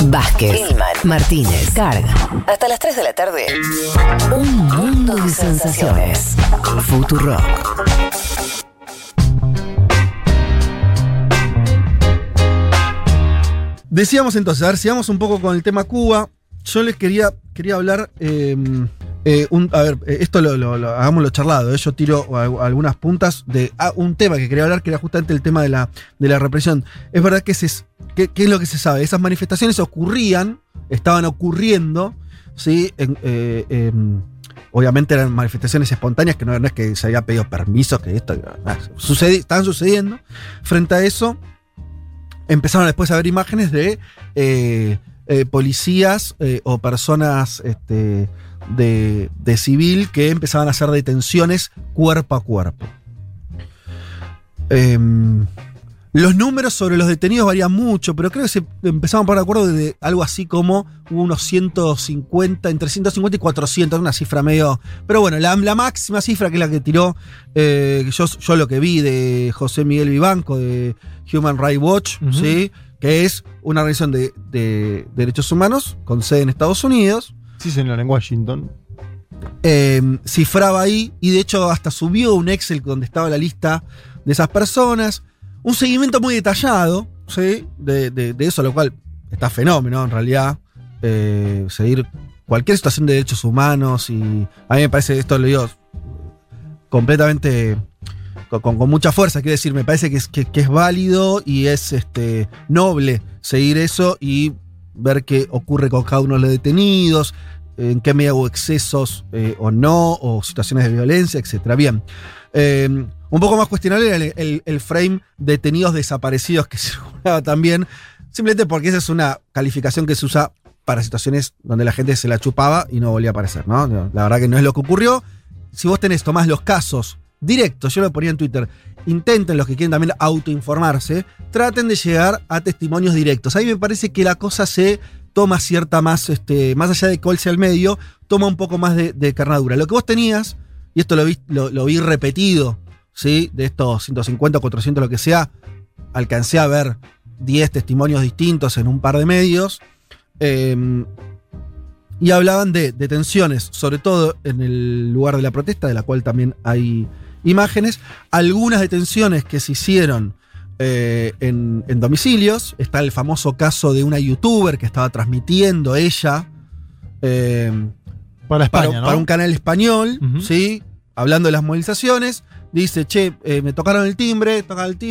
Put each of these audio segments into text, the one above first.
Vázquez, Hillman, Martínez, Carga. Hasta las 3 de la tarde. Un mundo de sensaciones. Futurock. Decíamos entonces, a ver, sigamos un poco con el tema Cuba. Yo les quería hablar. Esto hagámoslo charlado. Yo tiro algunas puntas de un tema que quería hablar, que era justamente el tema de la represión. Es verdad que ¿qué es lo que se sabe? Esas manifestaciones estaban ocurriendo, ¿sí? Obviamente eran manifestaciones espontáneas, que no es que se había pedido permiso, que esto estaban sucediendo. Frente a eso, empezaron después a ver imágenes de policías o personas de civil que empezaban a hacer detenciones cuerpo a cuerpo. Los números sobre los detenidos varían mucho, pero creo que se empezaban a poner de acuerdo de algo así como unos 150, entre 150 y 400, una cifra medio. Pero bueno, la máxima cifra, que es la que tiró yo lo que vi de José Miguel Vivanco, de Human Rights Watch, ¿sí? Que es una organización de derechos humanos con sede en Estados Unidos. Sí, señor, en Washington. Cifraba ahí, y de hecho hasta subió un Excel donde estaba la lista de esas personas. Un seguimiento muy detallado, ¿sí? de eso, lo cual está fenómeno en realidad. Seguir cualquier situación de derechos humanos, y a mí me parece, esto lo digo completamente con mucha fuerza, quiero decir, me parece que es válido y es noble seguir eso y ver qué ocurre con cada uno de los detenidos, en qué medida hubo excesos o no, o situaciones de violencia, etc. Bien. Un poco más cuestionable era el frame detenidos desaparecidos que circulaba también, simplemente porque esa es una calificación que se usa para situaciones donde la gente se la chupaba y no volvía a aparecer, ¿no? La verdad que no es lo que ocurrió. Si vos tomás los casos directos, yo lo ponía en Twitter, intenten, los que quieren también autoinformarse, traten de llegar a testimonios directos. Ahí me parece que la cosa se toma cierta más allá de cuál sea el medio, toma un poco más de carnadura. Lo que vos tenías, y esto lo vi repetido, ¿sí? De estos 150 o 400, lo que sea, alcancé a ver 10 testimonios distintos en un par de medios, y hablaban de detenciones, sobre todo en el lugar de la protesta, de la cual también hay imágenes. Algunas detenciones que se hicieron en domicilios. Está el famoso caso de una youtuber que estaba transmitiendo ella para España, ¿no? Para un canal español, ¿sí? Hablando de las movilizaciones. Dice, me tocaron el timbre,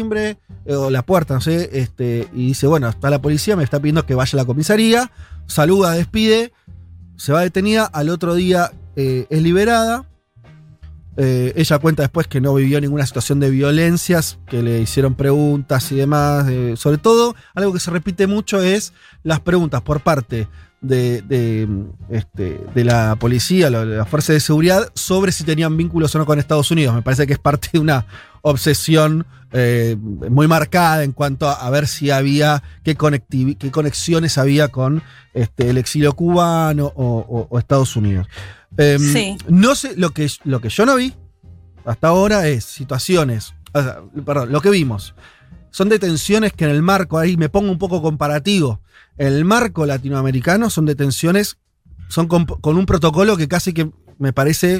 o la puerta, no sé, y dice, bueno, está la policía, me está pidiendo que vaya a la comisaría, saluda, despide, se va detenida, al otro día es liberada. Ella cuenta después que no vivió ninguna situación de violencias, que le hicieron preguntas y demás. Sobre todo, algo que se repite mucho es las preguntas por parte de la policía, la fuerza de seguridad, sobre si tenían vínculos o no con Estados Unidos. Me parece que es parte de una obsesión muy marcada en cuanto a ver si había qué conexiones había con el exilio cubano o Estados Unidos. Sí. No sé, lo que yo no vi hasta ahora es situaciones, lo que vimos son detenciones que en el marco, ahí me pongo un poco comparativo, en el marco latinoamericano son detenciones, son con un protocolo que casi que me parece,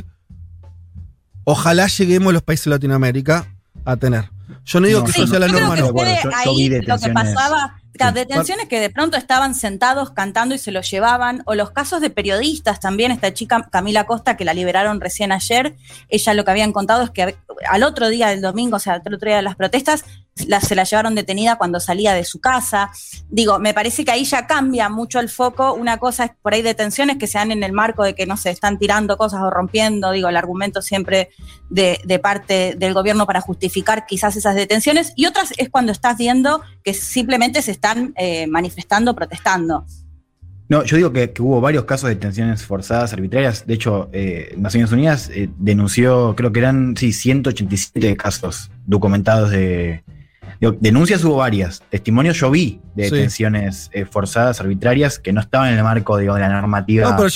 ojalá lleguemos los países de Latinoamérica a tener. Yo no digo que eso sea la norma, no. Yo vi lo que pasaba, detenciones que de pronto estaban sentados cantando y se los llevaban, o los casos de periodistas también. Esta chica Camila Costa, que la liberaron recién ayer, ella lo que habían contado es que al otro día del domingo, o sea, al otro día de las protestas, se la llevaron detenida cuando salía de su casa. Digo, me parece que ahí ya cambia mucho el foco. Una cosa es por ahí detenciones que se dan en el marco de que no se están tirando cosas o rompiendo, digo, el argumento siempre de parte del gobierno para justificar quizás esas detenciones, y otras es cuando estás viendo que simplemente se están manifestando, protestando. No, yo digo que hubo varios casos de detenciones forzadas, arbitrarias. De hecho, Naciones Unidas denunció, creo que eran 187 casos documentados de denuncias. Hubo varias. Testimonios yo vi de detenciones forzadas, arbitrarias, que no estaban en el marco, digo, de la normativa. No, pero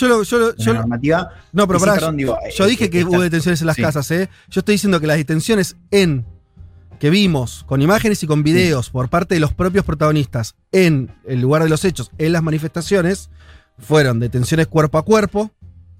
yo dije que hubo detenciones en las casas, Yo estoy diciendo que las detenciones en que vimos con imágenes y con videos por parte de los propios protagonistas en el lugar de los hechos, en las manifestaciones, fueron detenciones cuerpo a cuerpo.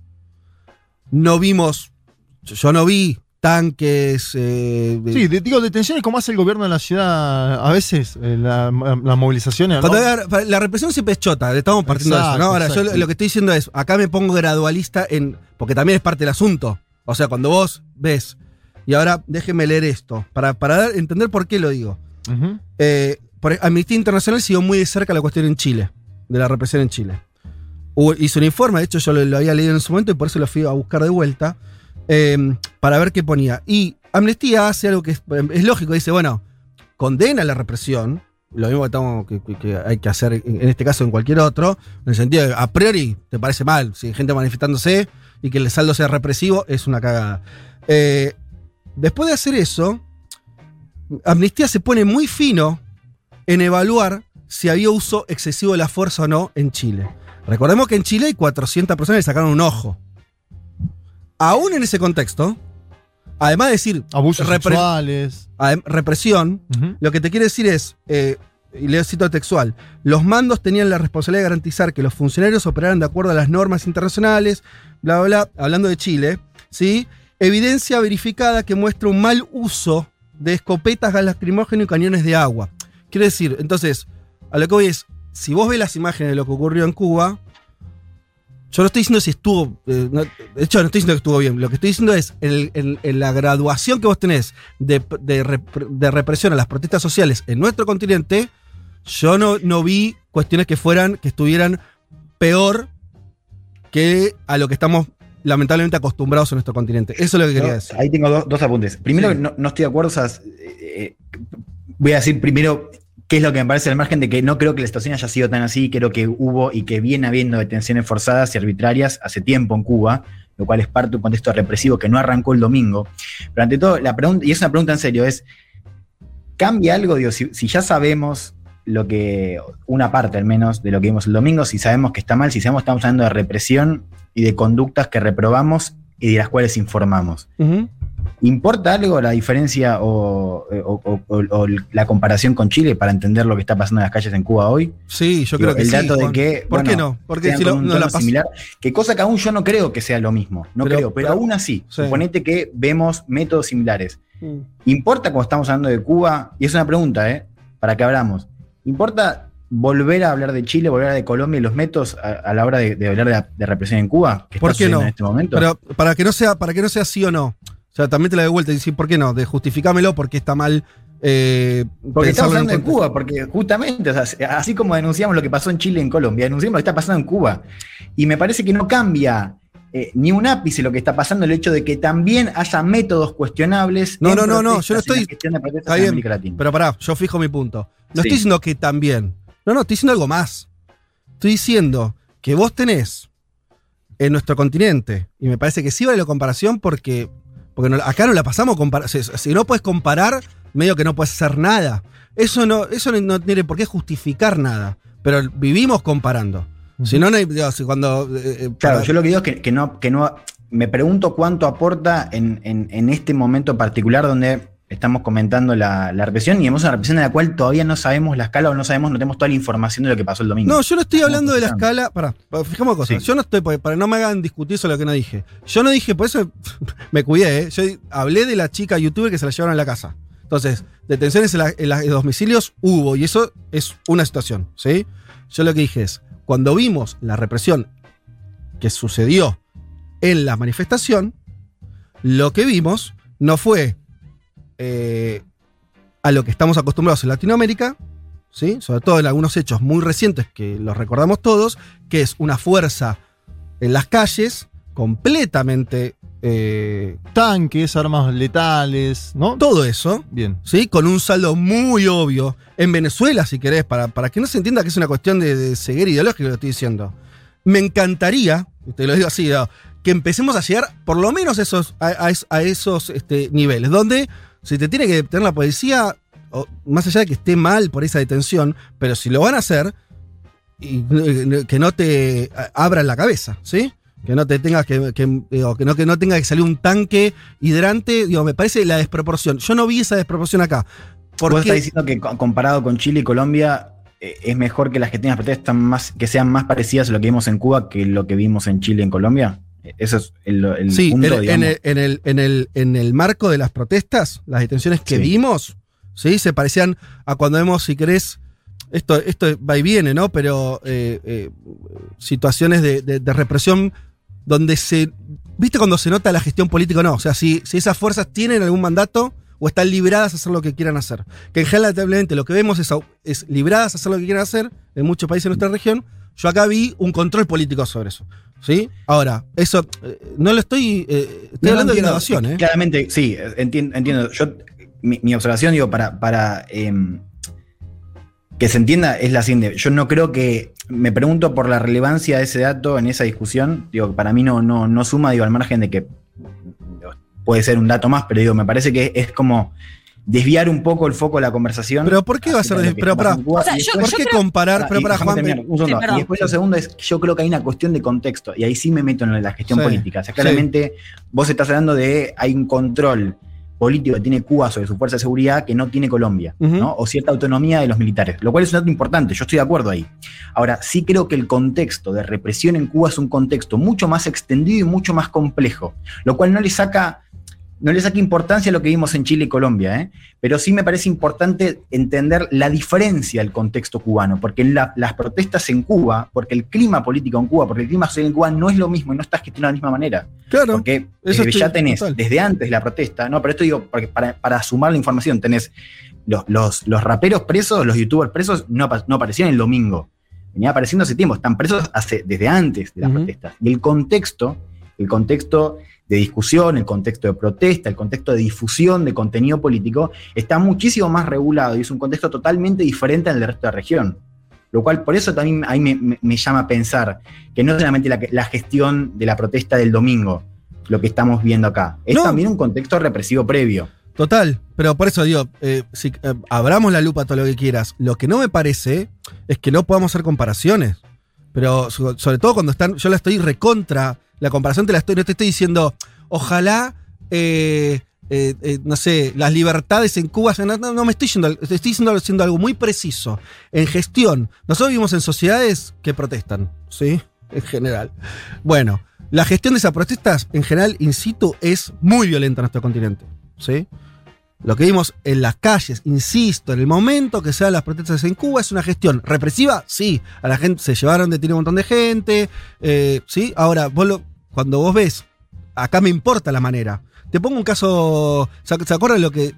No vimos, yo no vi tanques. Sí, digo, detenciones como hace el gobierno de la ciudad a veces, las movilizaciones. La represión siempre es chota, estamos partiendo de eso, ¿no? Ahora, yo lo que estoy diciendo es, acá me pongo gradualista porque también es parte del asunto. O sea, cuando vos ves, y ahora déjenme leer esto, para entender por qué lo digo. Uh-huh. Amnistía Internacional siguió muy de cerca la cuestión en Chile, de la represión en Chile. Hizo un informe, de hecho yo lo había leído en su momento y por eso lo fui a buscar de vuelta, para ver qué ponía. Y Amnistía hace algo que es lógico, dice, bueno, condena la represión, lo mismo que hay que hacer en este caso en cualquier otro, en el sentido de, a priori, te parece mal, si hay gente manifestándose y que el saldo sea represivo, es una cagada. Después de hacer eso, Amnistía se pone muy fino en evaluar si había uso excesivo de la fuerza o no en Chile. Recordemos que en Chile hay 400 personas que le sacaron un ojo. Aún en ese contexto, además de decir abusos sexuales, represión, uh-huh, lo que te quiere decir es, y leo cito textual, los mandos tenían la responsabilidad de garantizar que los funcionarios operaran de acuerdo a las normas internacionales, bla, bla, bla, hablando de Chile, ¿sí? Evidencia verificada que muestra un mal uso de escopetas, gas lacrimógeno y cañones de agua. Quiero decir, entonces, a lo que voy es, si vos ves las imágenes de lo que ocurrió en Cuba, yo no estoy diciendo si estuvo, de hecho no estoy diciendo que estuvo bien, lo que estoy diciendo es, en la graduación que vos tenés de represión a las protestas sociales en nuestro continente, yo no vi cuestiones que estuvieran peor que a lo que estamos lamentablemente acostumbrados en nuestro continente. Eso es lo que quería decir. Ahí tengo dos apuntes. Primero, sí, no estoy de acuerdo, o sea, voy a decir primero qué es lo que me parece al margen de que no creo que la situación haya sido tan así, creo que hubo y que viene habiendo detenciones forzadas y arbitrarias hace tiempo en Cuba, lo cual es parte de un contexto represivo que no arrancó el domingo. Pero ante todo, la pregunta, y es una pregunta en serio, es, ¿cambia algo? Digo, si ya sabemos lo que, una parte al menos de lo que vimos el domingo, si sabemos que está mal, si sabemos que estamos hablando de represión y de conductas que reprobamos y de las cuales informamos. Uh-huh. ¿Importa algo la diferencia o la comparación con Chile para entender lo que está pasando en las calles en Cuba hoy? Sí, yo creo que sí. El dato de que, ¿por qué no? Porque si no la similar, que cosa que aún yo no creo que sea lo mismo, pero aún así, sí, suponete que vemos métodos similares. ¿Importa cuando estamos hablando de Cuba? Y es una pregunta, para que hablamos. ¿Importa volver a hablar de Chile, volver a hablar de Colombia y los métodos a la hora de hablar de represión en Cuba? ¿Por qué no? En este momento. Pero para que no sea sí o no. O sea, también te la doy vuelta y decir, ¿por qué no? De justificámelo porque está mal. Porque estamos hablando de Cuba, porque justamente, o sea, así como denunciamos lo que pasó en Chile y en Colombia, denunciamos lo que está pasando en Cuba. Y me parece que no cambia ni un ápice lo que está pasando, el hecho de que también haya métodos cuestionables. No, yo no estoy. Está bien, pero pará, yo fijo mi punto. No estoy diciendo que también. No, estoy diciendo algo más. Estoy diciendo que vos tenés en nuestro continente, y me parece que sí vale la comparación porque acá no la pasamos si no puedes comparar, medio que no puedes hacer nada. Eso no tiene por qué justificar nada, pero vivimos comparando. Uh-huh. Si no, cuando... claro, yo lo que digo es que no me pregunto cuánto aporta en este momento particular donde estamos comentando la represión, y vemos una represión en la cual todavía no sabemos la escala o no tenemos toda la información de lo que pasó el domingo. No, yo no estoy hablando de la escala. Fijamos cosas. Sí. Yo no estoy, para no me hagan discutir sobre lo que no dije. Yo no dije, por eso me cuidé, Yo hablé de la chica youtuber que se la llevaron a la casa. Entonces, detenciones en los domicilios hubo, y eso es una situación, ¿sí? Yo lo que dije es, cuando vimos la represión que sucedió en la manifestación, lo que vimos no fue a lo que estamos acostumbrados en Latinoamérica, ¿sí? Sobre todo en algunos hechos muy recientes que los recordamos todos, que es una fuerza en las calles completamente... tanques, armas letales, ¿no? Todo eso, bien, ¿sí? Con un saldo muy obvio. En Venezuela, si querés, para que no se entienda que es una cuestión de ceguera ideológica, lo estoy diciendo. Me encantaría, te lo digo así, que empecemos a llegar por lo menos a esos niveles, donde si te tiene que detener la policía, más allá de que esté mal por esa detención, pero si lo van a hacer, y que no te abran la cabeza, ¿sí? Que no te tengas que no tenga que salir un tanque hidrante, digo, me parece la desproporción. Yo no vi esa desproporción acá. Vos estás diciendo que comparado con Chile y Colombia es mejor que las que tengan protestas que sean más parecidas a lo que vimos en Cuba que lo que vimos en Chile y en Colombia. Eso es el punto, digamos. En el marco de las protestas, las detenciones que vimos, ¿sí? Se parecían a cuando vemos, si querés, esto va y viene, ¿no? Pero situaciones de represión donde ¿viste cuando se nota la gestión política o no? O sea, si esas fuerzas tienen algún mandato o están libradas a hacer lo que quieran hacer. Que en general, lamentablemente, lo que vemos es libradas a hacer lo que quieran hacer en muchos países de nuestra región. Yo acá vi un control político sobre eso. ¿Sí? Ahora, eso no lo estoy hablando de innovación, ¿eh? Claramente, sí, entiendo. Mi observación, digo, para que se entienda, es la siguiente. Yo no creo que. Me pregunto por la relevancia de ese dato en esa discusión. Digo, para mí no suma, digo, al margen de que puede ser un dato más, pero digo, me parece que es como desviar un poco el foco de la conversación. Pero ¿por qué va a ser desviar? ¿Por qué comparar? Pero para Juan. Y después lo segundo es que yo creo que hay una cuestión de contexto, y ahí sí me meto en la gestión política. O sea, claramente vos estás hablando de hay un control político que tiene Cuba sobre su fuerza de seguridad que no tiene Colombia, ¿no? O cierta autonomía de los militares, lo cual es un dato importante, yo estoy de acuerdo ahí. Ahora, sí creo que el contexto de represión en Cuba es un contexto mucho más extendido y mucho más complejo, lo cual no le saca importancia a lo que vimos en Chile y Colombia, pero sí me parece importante entender la diferencia del contexto cubano, porque las protestas en Cuba, porque el clima político en Cuba, porque el clima social en Cuba no es lo mismo y no está gestionado de la misma manera. Claro. Porque ya tenés, desde antes de la protesta, no, pero esto digo, porque para sumar la información, tenés los raperos presos, los youtubers presos, no aparecieron el domingo. Venía apareciendo hace tiempo, están presos desde antes de las protestas. Y el contexto de discusión, el contexto de protesta, el contexto de difusión de contenido político está muchísimo más regulado y es un contexto totalmente diferente al del resto de la región. Lo cual, por eso también ahí me llama a pensar que no es solamente la gestión de la protesta del domingo lo que estamos viendo acá, es también un contexto represivo previo. Total, pero por eso digo, abramos la lupa todo lo que quieras. Lo que no me parece es que no podamos hacer comparaciones, pero sobre todo cuando yo la estoy recontra. La comparación no te estoy diciendo, ojalá, no sé, las libertades en Cuba. No me estoy diciendo algo muy preciso. En gestión, nosotros vivimos en sociedades que protestan, ¿sí? En general. Bueno, la gestión de esas protestas, en general, in situ, es muy violenta en nuestro continente, ¿sí? Lo que vimos en las calles, insisto, en el momento que se dan las protestas en Cuba, es una gestión represiva, sí. A la gente se llevaron, detenido un montón de gente, ¿sí? Ahora, cuando vos ves, acá me importa la manera. Te pongo un caso, ¿se acuerdan de lo que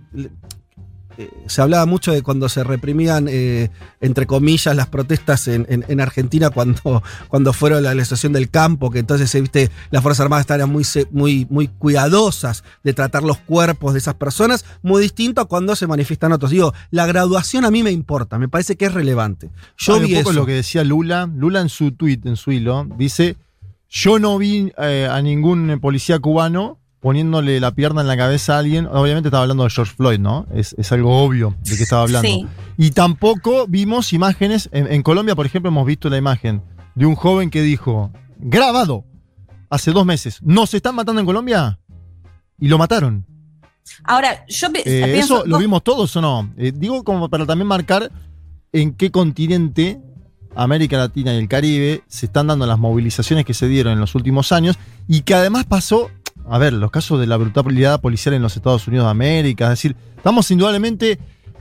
se hablaba mucho de cuando se reprimían, entre comillas, las protestas en Argentina cuando fueron la legislación del campo, que entonces, viste, las Fuerzas Armadas estaban muy cuidadosas de tratar los cuerpos de esas personas, muy distinto a cuando se manifiestan otros. Digo, la graduación a mí me importa, me parece que es relevante. Yo vi un poco lo que decía Lula en su tweet, en su hilo, dice: yo no vi a ningún policía cubano poniéndole la pierna en la cabeza a alguien. Obviamente estaba hablando de George Floyd, ¿no? Es algo obvio de que estaba hablando. Sí. Y tampoco vimos imágenes. En Colombia, por ejemplo, hemos visto la imagen de un joven que dijo, grabado, hace 2 meses, ¿nos están matando en Colombia? Y lo mataron. Ahora, yo pienso... ¿Eso lo vimos todos o no? Digo como para también marcar en qué continente, América Latina y el Caribe, se están dando las movilizaciones que se dieron en los últimos años y que además pasó, a ver, los casos de la brutalidad policial en los Estados Unidos de América, es decir, estamos indudablemente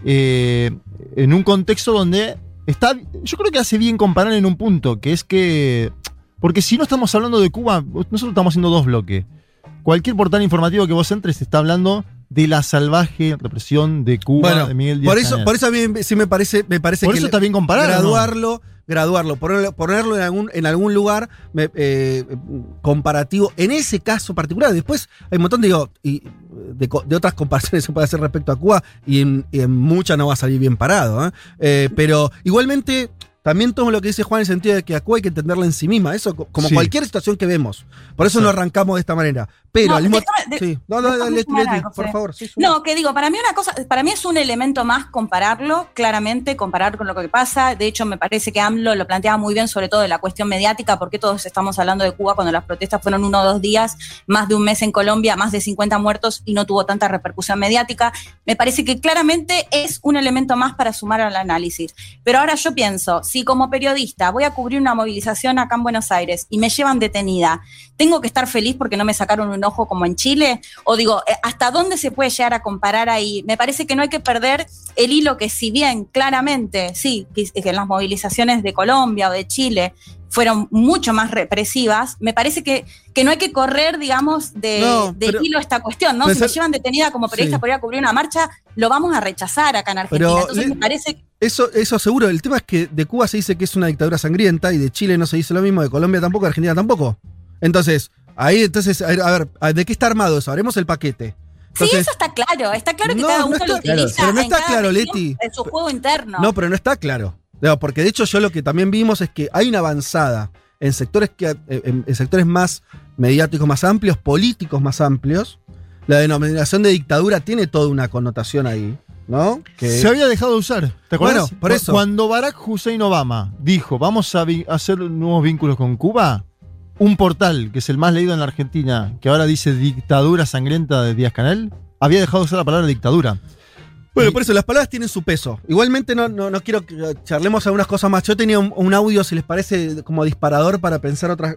en un contexto donde yo creo que hace bien comparar en un punto, que es que, porque si no estamos hablando de Cuba, nosotros estamos haciendo 2 bloques. Cualquier portal informativo que vos entres está hablando de la salvaje represión de Cuba, bueno, de Miguel Díaz-Canel. Por eso a mí sí me parece por que eso está bien comparado, graduarlo, ponerlo en algún lugar comparativo, en ese caso particular. Después hay un montón de otras comparaciones que se puede hacer respecto a Cuba y en muchas no va a salir bien parado, pero igualmente también tomo lo que dice Juan en el sentido de que a Cuba hay que entenderla en sí misma, eso como cualquier situación que vemos. Por eso no arrancamos de esta manera. Pero No, al mismo déjame- sí. No, Leti, algo, por Fede. favor. Sí, No, que digo, para mí es un elemento más compararlo, claramente, comparar con lo que pasa. De hecho, me parece que AMLO lo planteaba muy bien, sobre todo de la cuestión mediática, porque todos estamos hablando de Cuba cuando las protestas fueron 1 o 2 días, más de un mes en Colombia, más de 50 muertos y no tuvo tanta repercusión mediática. Me parece que claramente es un elemento más para sumar al análisis. Pero ahora yo pienso, si como periodista voy a cubrir una movilización acá en Buenos Aires y me llevan detenida, ¿tengo que estar feliz porque no me sacaron un ojo como en Chile? O digo, ¿hasta dónde se puede llegar a comparar ahí? Me parece que no hay que perder el hilo que, si bien claramente, sí, que en las movilizaciones de Colombia o de Chile fueron mucho más represivas, me parece que no hay que correr, digamos, de hilo esta cuestión, ¿no? Si me llevan detenida como periodista por ir a cubrir una marcha, lo vamos a rechazar acá en Argentina. Pero entonces me parece... Eso seguro. El tema es que de Cuba se dice que es una dictadura sangrienta y de Chile no se dice lo mismo, de Colombia tampoco, de Argentina tampoco. Entonces, a ver, ¿de qué está armado eso? Haremos el paquete. Entonces, sí, eso está claro que cada uno lo utiliza pero no está en cada claro, región Leti. en su juego interno. No, pero no está claro. No, porque de hecho yo lo que también vimos es que hay una avanzada en sectores en sectores más mediáticos, más amplios, políticos más amplios. La denominación de dictadura tiene toda una connotación ahí, ¿no? Se había dejado de usar. ¿Te acuerdas? Bueno, por eso. Cuando Barack Hussein Obama dijo, vamos a hacer nuevos vínculos con Cuba, un portal, que es el más leído en la Argentina, que ahora dice dictadura sangrienta de Díaz-Canel, había dejado de usar la palabra dictadura. Bueno, por eso las palabras tienen su peso. Igualmente no quiero que charlemos algunas cosas más. Yo tenía un audio, si les parece, como disparador para pensar otras,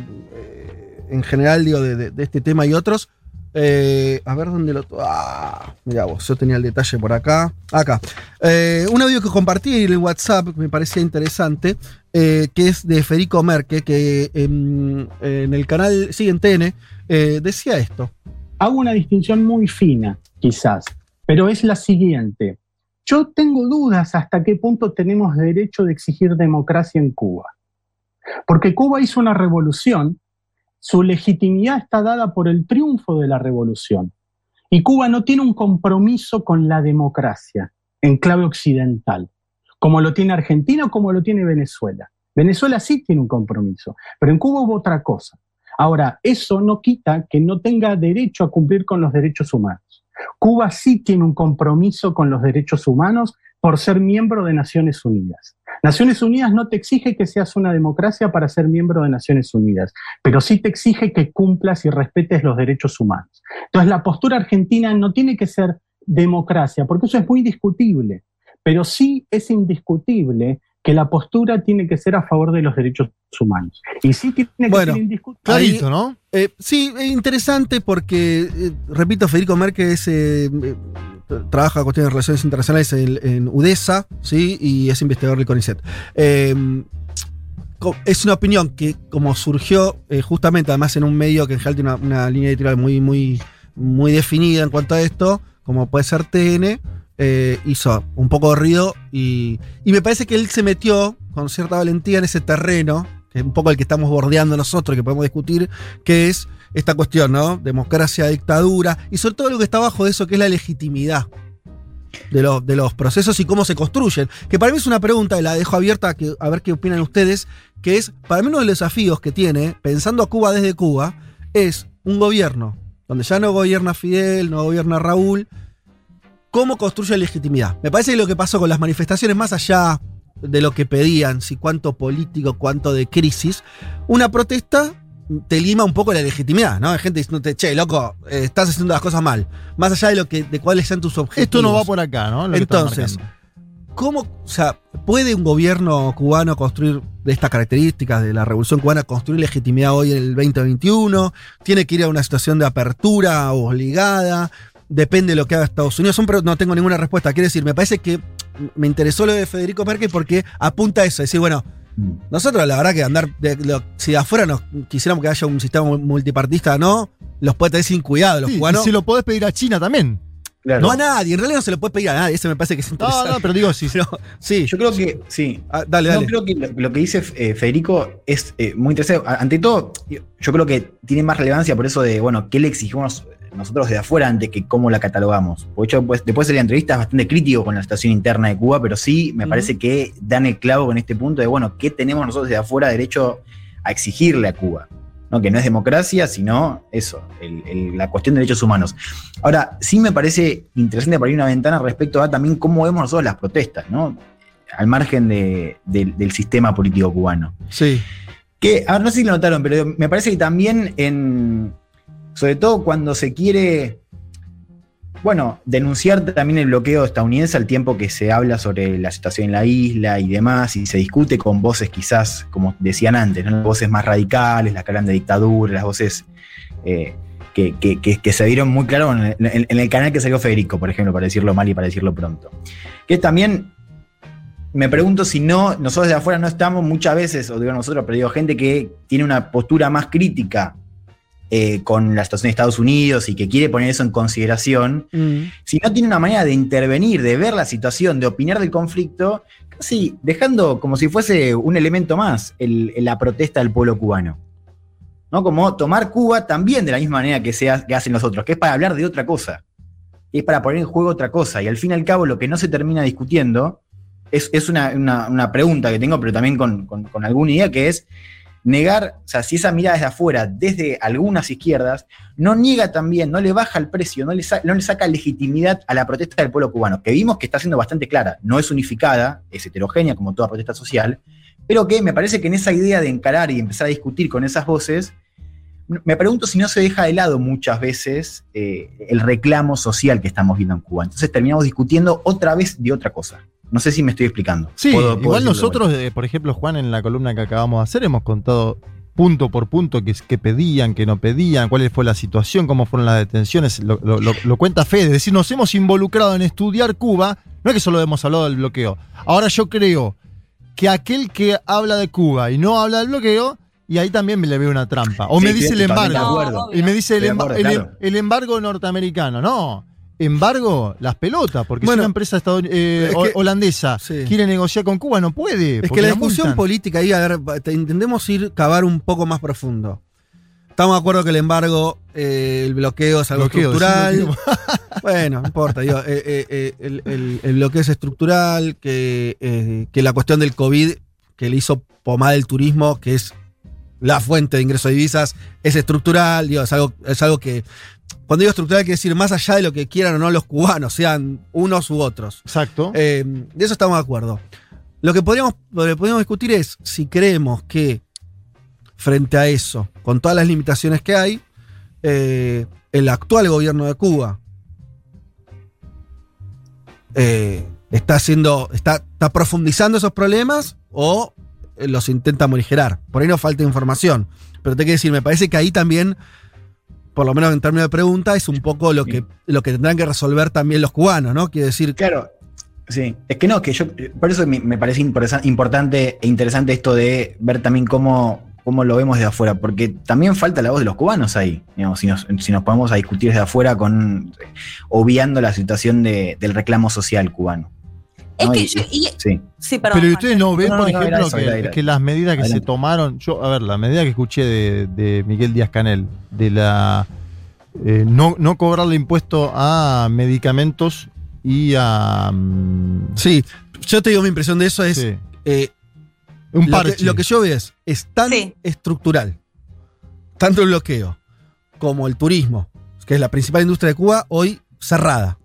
en general, digo, de este tema y otros. A ver dónde lo... mirá vos, yo tenía el detalle por acá. Acá. Un audio que compartí en el WhatsApp, que me parecía interesante, que es de Federico Merque, que en el canal, sí, en TN, decía esto. Hago una distinción muy fina, quizás, pero es la siguiente. Yo tengo dudas hasta qué punto tenemos derecho de exigir democracia en Cuba. Porque Cuba hizo una revolución, su legitimidad está dada por el triunfo de la revolución. Y Cuba no tiene un compromiso con la democracia en clave occidental, como lo tiene Argentina o como lo tiene Venezuela. Venezuela sí tiene un compromiso, pero en Cuba hubo otra cosa. Ahora, eso no quita que no tenga derecho a cumplir con los derechos humanos. Cuba sí tiene un compromiso con los derechos humanos por ser miembro de Naciones Unidas. Naciones Unidas no te exige que seas una democracia para ser miembro de Naciones Unidas, pero sí te exige que cumplas y respetes los derechos humanos. Entonces, la postura argentina no tiene que ser democracia, porque eso es muy discutible, pero sí es indiscutible que la postura tiene que ser a favor de los derechos humanos. Y sí tiene que ser indiscutible. Clarito, ¿no? Sí, es interesante porque, repito, Federico Merque trabaja cuestiones de relaciones internacionales en UDESA, ¿sí? Y es investigador del CONICET. Es una opinión que, como surgió justamente, además en un medio que en general tiene una línea editorial muy definida en cuanto a esto, como puede ser TN, hizo un poco de ruido y me parece que él se metió con cierta valentía en ese terreno, que es un poco el que estamos bordeando nosotros, que podemos discutir, que es esta cuestión, ¿no? Democracia, dictadura, y sobre todo lo que está abajo de eso, que es la legitimidad de los procesos y cómo se construyen. Que para mí es una pregunta, y la dejo abierta a ver qué opinan ustedes, que es, para mí uno de los desafíos que tiene, pensando a Cuba desde Cuba, es un gobierno donde ya no gobierna Fidel, no gobierna Raúl. ¿Cómo construye legitimidad? Me parece que lo que pasó con las manifestaciones, más allá de lo que pedían, si cuánto político, cuánto de crisis, una protesta te lima un poco la legitimidad, ¿no? Hay gente diciéndote, che, loco, estás haciendo las cosas mal. Más allá de cuáles sean tus objetivos. Esto no va por acá, ¿no? Entonces, ¿puede un gobierno cubano construir de estas características de la revolución cubana, construir legitimidad hoy en el 2021? ¿Tiene que ir a una situación de apertura obligada? Depende de lo que haga Estados Unidos. No tengo ninguna respuesta. Quiero decir, me parece que me interesó lo de Federico Merque porque apunta a eso. Es decir, bueno, nosotros la verdad que si de afuera nos quisiéramos que haya un sistema multipartista, no, los puede tener sin cuidado los cubanos. Y si lo podés pedir a China también. Claro. No a nadie, en realidad no se lo puede pedir a nadie. Eso me parece que es interesante. No, pero digo, sí. Sí. Yo creo que, sí. Dale. No, creo que lo que dice Federico es muy interesante. Ante todo, yo creo que tiene más relevancia por eso de, bueno, ¿qué le exigimos nosotros de afuera antes que cómo la catalogamos? Porque yo después de la entrevista es bastante crítico con la situación interna de Cuba, pero sí me parece que dan el clavo con este punto de, bueno, ¿qué tenemos nosotros de afuera derecho a exigirle a Cuba? ¿no? Que no es democracia, sino eso, la cuestión de derechos humanos. Ahora, sí me parece interesante abrir una ventana respecto a también cómo vemos nosotros las protestas, ¿no? Al margen del sistema político cubano. Sí. Que, a ver, no sé si lo notaron, pero me parece que también sobre todo cuando se quiere, bueno, denunciar también el bloqueo estadounidense al tiempo que se habla sobre la situación en la isla y demás, y se discute con voces quizás, como decían antes, ¿no? Las voces más radicales, las que hablan de dictadura, las voces que se vieron muy claro en el canal que salió Federico, por ejemplo, para decirlo mal y para decirlo pronto. Que también me pregunto si no, nosotros de afuera no estamos muchas veces, o digo nosotros, pero digo gente que tiene una postura más crítica con la situación de Estados Unidos y que quiere poner eso en consideración, si no tiene una manera de intervenir, de ver la situación, de opinar del conflicto, casi dejando como si fuese un elemento más la protesta del pueblo cubano. ¿No? Como tomar Cuba también de la misma manera que hacen los otros, que es para hablar de otra cosa, es para poner en juego otra cosa, y al fin y al cabo lo que no se termina discutiendo es una pregunta que tengo, pero también con alguna idea, que es negar, o sea, si esa mirada desde afuera, desde algunas izquierdas, no niega también, no le baja el precio, no le saca legitimidad a la protesta del pueblo cubano, que vimos que está siendo bastante clara, no es unificada, es heterogénea como toda protesta social, pero que me parece que en esa idea de encarar y empezar a discutir con esas voces, me pregunto si no se deja de lado muchas veces el reclamo social que estamos viendo en Cuba. Entonces terminamos discutiendo otra vez de otra cosa. No sé si me estoy explicando. Sí, igual nosotros, por ejemplo, Juan, en la columna que acabamos de hacer, hemos contado punto por punto qué pedían, qué no pedían, cuál fue la situación, cómo fueron las detenciones. Lo cuenta Fede. Es decir, nos hemos involucrado en estudiar Cuba. No es que solo hemos hablado del bloqueo. Ahora yo creo que aquel que habla de Cuba y no habla del bloqueo, y ahí también me le veo una trampa. O sí, me dice el embargo. Y me dice el embargo norteamericano. No. Embargo, las pelotas, porque si una empresa holandesa quiere negociar con Cuba, no puede. Es que la discusión política ahí, a ver, intentemos cavar un poco más profundo. Estamos de acuerdo que el embargo, el bloqueo es algo estructural. Bueno, no importa. Digo, el bloqueo es estructural, que la cuestión del COVID, que le hizo pomada el turismo, que es la fuente de ingreso de divisas, es estructural. Digo, es algo que... Cuando digo estructural, quiere decir más allá de lo que quieran o no los cubanos, sean unos u otros. Exacto. De eso estamos de acuerdo. Lo que podríamos discutir es si creemos que, frente a eso, con todas las limitaciones que hay, el actual gobierno de Cuba está profundizando esos problemas o los intenta morigerar. Por ahí nos falta información. Pero te quiero decir, me parece que ahí también, por lo menos en términos de pregunta, es un poco lo que tendrán que resolver también los cubanos, ¿no? Quiere decir... Claro, sí. Es que no, que yo... Por eso me parece importante e interesante esto de ver también cómo lo vemos desde afuera, porque también falta la voz de los cubanos ahí, digamos, si nos ponemos a discutir desde afuera obviando la situación del reclamo social cubano. Es ¿no? que sí, perdón. Pero ustedes no ven, por ejemplo, que las medidas que se tomaron, la medida que escuché de Miguel Díaz-Canel, de la no cobrarle impuesto a medicamentos y a... Sí, yo te digo, mi impresión de eso es... Sí. Un parche. Lo que yo veo es tan estructural, tanto el bloqueo como el turismo, que es la principal industria de Cuba, hoy cerrada.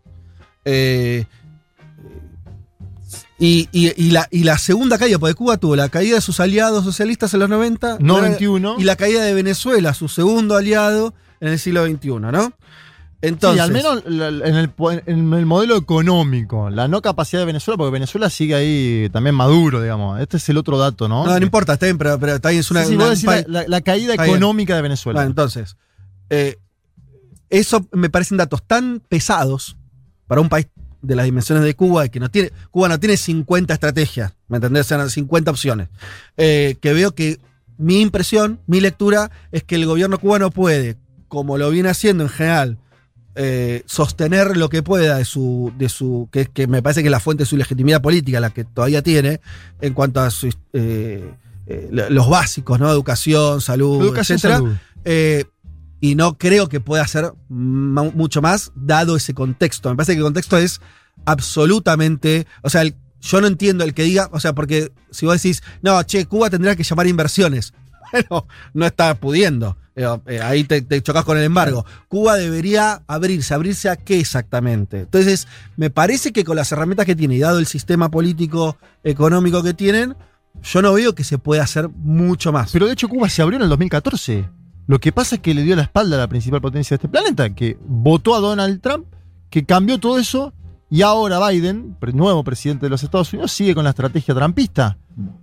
Y la segunda caída, porque Cuba tuvo la caída de sus aliados socialistas en los 90. 91. Y la caída de Venezuela, su segundo aliado en el siglo XXI, ¿no? Entonces, sí, al menos en el modelo económico, la no capacidad de Venezuela, porque Venezuela sigue ahí también maduro, digamos. Este es el otro dato, ¿no? No importa, está bien, pero también es una... Sí, vos decís la caída económica de Venezuela. Bueno, entonces, eso me parecen datos tan pesados para un país de las dimensiones de Cuba, y que Cuba no tiene 50 estrategias, ¿me entendés? O sea, 50 opciones. Que veo que mi impresión, mi lectura, es que el gobierno cubano puede, como lo viene haciendo en general, sostener lo que pueda que me parece que es la fuente de su legitimidad política, la que todavía tiene, en cuanto a los básicos, ¿no? Educación, salud, etcétera. Y no creo que pueda hacer mucho más dado ese contexto. Me parece que el contexto es absolutamente... O sea, yo no entiendo el que diga... O sea, porque si vos decís, no, Cuba tendrá que llamar inversiones. Bueno, no está pudiendo. Ahí te chocas con el embargo. Cuba debería ¿abrirse a qué exactamente? Entonces, me parece que con las herramientas que tiene y dado el sistema político, económico que tienen, yo no veo que se pueda hacer mucho más. Pero de hecho Cuba se abrió en el 2014. Lo que pasa es que le dio la espalda a la principal potencia de este planeta, que votó a Donald Trump, que cambió todo eso, y ahora Biden, nuevo presidente de los Estados Unidos, sigue con la estrategia trumpista.